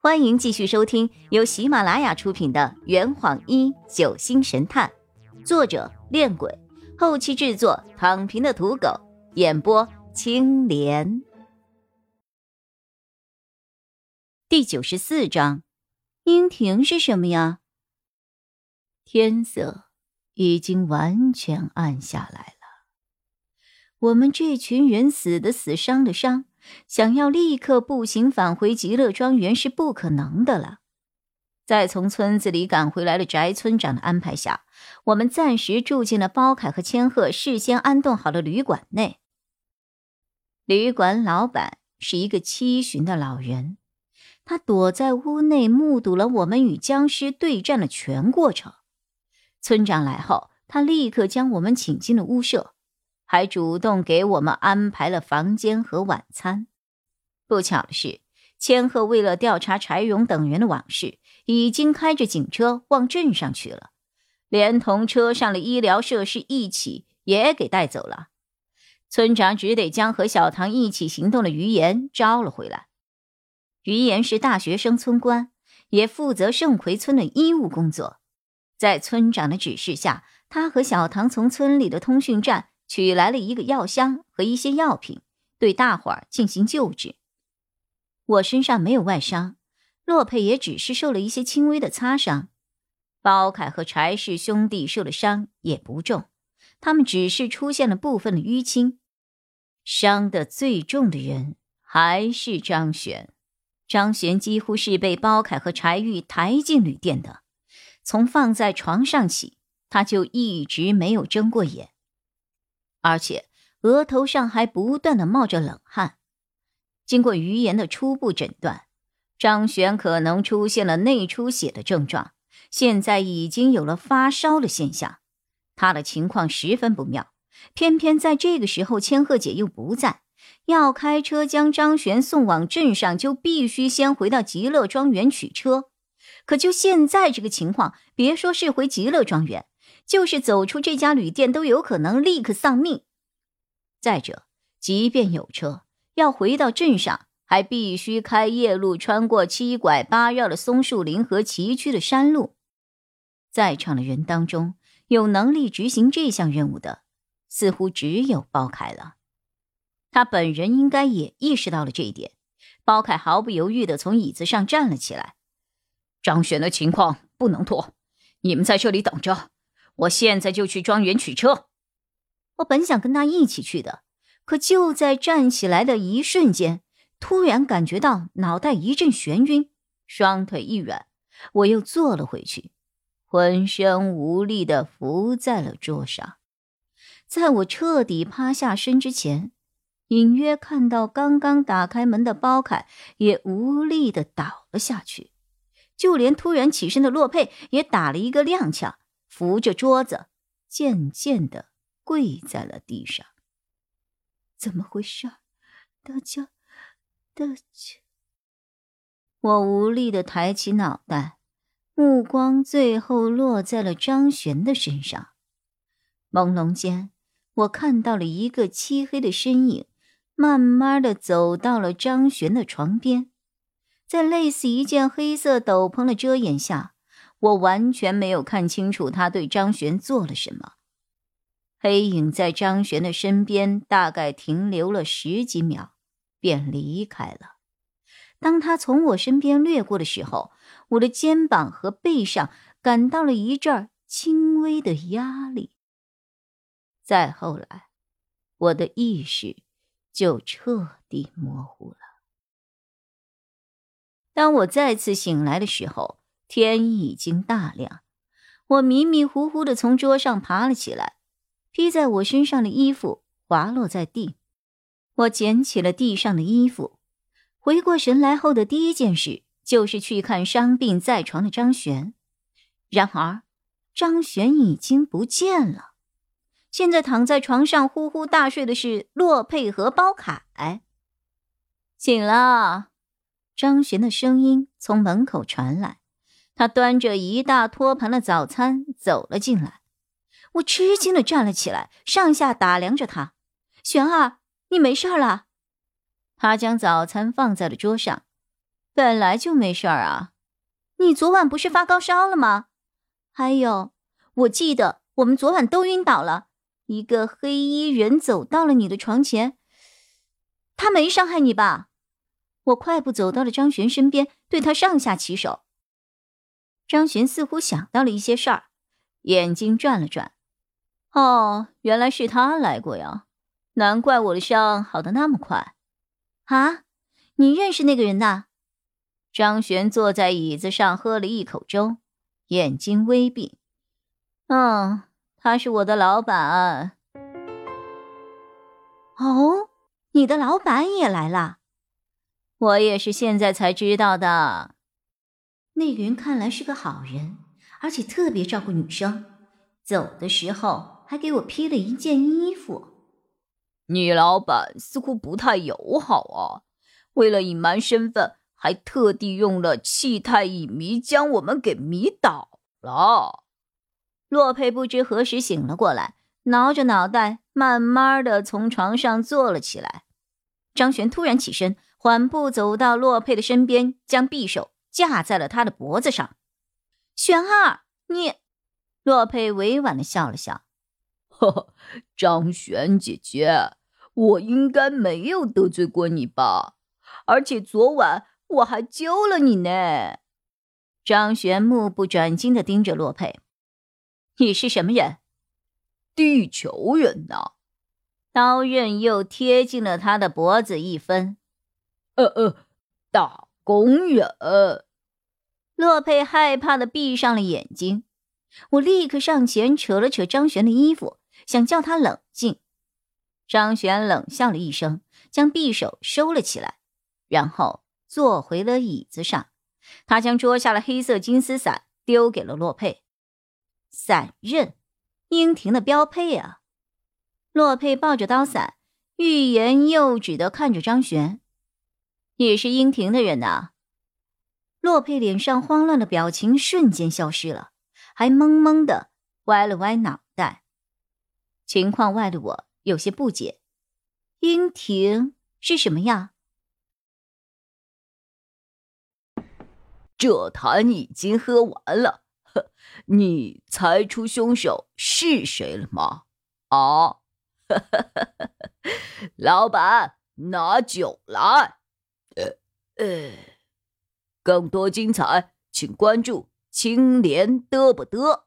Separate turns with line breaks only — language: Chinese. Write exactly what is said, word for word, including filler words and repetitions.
欢迎继续收听由喜马拉雅出品的《圆谎一九星神探》，作者恋鬼，后期制作躺平的土狗，演播青莲。第九十四章，阴庭是什么呀？天色已经完全暗下来了，我们这群人死的死，伤的伤，想要立刻步行返回极乐庄园是不可能的了。在从村子里赶回来的翟村长的安排下，我们暂时住进了包凯和千鹤事先安顿好的旅馆内。旅馆老板是一个七旬的老人，他躲在屋内目睹了我们与僵尸对战的全过程。村长来后，他立刻将我们请进了屋舍，还主动给我们安排了房间和晚餐。不巧的是，千鹤为了调查柴荣等人的往事，已经开着警车往镇上去了，连同车上的医疗设施一起也给带走了。村长只得将和小唐一起行动的于岩招了回来。于岩是大学生村官，也负责盛奎村的医务工作。在村长的指示下，他和小唐从村里的通讯站取来了一个药箱和一些药品，对大伙儿进行救治。我身上没有外伤，洛佩也只是受了一些轻微的擦伤。包凯和柴氏兄弟受的伤也不重，他们只是出现了部分的淤青。伤得最重的人还是张璇。张璇几乎是被包凯和柴玉抬进旅店的，从放在床上起，他就一直没有睁过眼，而且额头上还不断地冒着冷汗。经过于岩的初步诊断，张璇可能出现了内出血的症状，现在已经有了发烧的现象，他的情况十分不妙。偏偏在这个时候千鹤姐又不在，要开车将张璇送往镇上，就必须先回到极乐庄园取车。可就现在这个情况，别说是回极乐庄园，就是走出这家旅店都有可能立刻丧命。再者，即便有车，要回到镇上还必须开夜路，穿过七拐八绕的松树林和崎岖的山路。在场的人当中，有能力执行这项任务的似乎只有包凯了。他本人应该也意识到了这一点。包凯毫不犹豫地从椅子上站了起来。
张璇的情况不能拖，你们在这里等着，我现在就去庄园取车。
我本想跟他一起去的，可就在站起来的一瞬间，突然感觉到脑袋一阵眩晕，双腿一软，我又坐了回去，浑身无力地伏在了桌上。在我彻底趴下身之前，隐约看到刚刚打开门的包凯也无力地倒了下去，就连突然起身的洛佩也打了一个踉跄，扶着桌子渐渐地跪在了地上。怎么回事？大家大家我无力地抬起脑袋，目光最后落在了张璇的身上。朦胧间，我看到了一个漆黑的身影慢慢地走到了张璇的床边。在类似一件黑色斗篷的遮掩下，我完全没有看清楚他对张璇做了什么。黑影在张璇的身边大概停留了十几秒，便离开了。当他从我身边掠过的时候，我的肩膀和背上感到了一阵轻微的压力。再后来，我的意识就彻底模糊了。当我再次醒来的时候，天已经大亮。我迷迷糊糊地从桌上爬了起来，披在我身上的衣服滑落在地。我捡起了地上的衣服，回过神来后的第一件事就是去看伤病在床的张璇。然而，张璇已经不见了。现在躺在床上呼呼大睡的是洛佩和包凯。醒了，张璇的声音从门口传来，他端着一大托盘的早餐走了进来。我吃惊地站了起来，上下打量着他。璇儿，你没事了？他将早餐放在了桌上。 本来就没事儿啊。你昨晚不是发高烧了吗？还有，我记得我们昨晚都晕倒了，一个黑衣人走到了你的床前，他没伤害你吧？我快步走到了张璇身边，对他上下其手。张璇似乎想到了一些事儿，眼睛转了转。哦，原来是他来过呀，难怪我的伤好得那么快。啊，你认识那个人呐？张璇坐在椅子上喝了一口粥，眼睛微闭。嗯，他是我的老板。哦，你的老板也来了？我也是现在才知道的。那个人看来是个好人，而且特别照顾女生，走的时候还给我披了一件衣服。
你老板似乎不太友好啊，为了隐瞒身份，还特地用了气态乙醚将我们给迷倒了。
洛佩不知何时醒了过来，挠着脑袋，慢慢的从床上坐了起来。张璇突然起身，缓步走到洛佩的身边，将匕首架在了他的脖子上。璇儿，你……洛佩委婉的笑了笑。
呵呵，张璇姐姐，我应该没有得罪过你吧？而且昨晚我还救了你呢。
张璇目不转睛地盯着洛佩。你是什么人？
地球人呐。
刀刃又贴近了他的脖子一分。
呃呃，打工人。
洛佩害怕地闭上了眼睛。我立刻上前扯了扯张璇的衣服，想叫他冷静。张璇冷笑了一声，将匕首收了起来，然后坐回了椅子上。他将桌下的黑色金丝伞丢给了洛佩。伞刃，英婷的标配啊。洛佩抱着刀伞，欲言又止地看着张璇。也是英婷的人啊。洛佩脸上慌乱的表情瞬间消失了，还懵懵地歪了歪脑袋。情况外的我有些不解，英婷是什么呀？
这坛已经喝完了，呵，你猜出凶手是谁了吗？啊，老板，拿酒来。呃呃，更多精彩，请关注青莲嘚不嘚。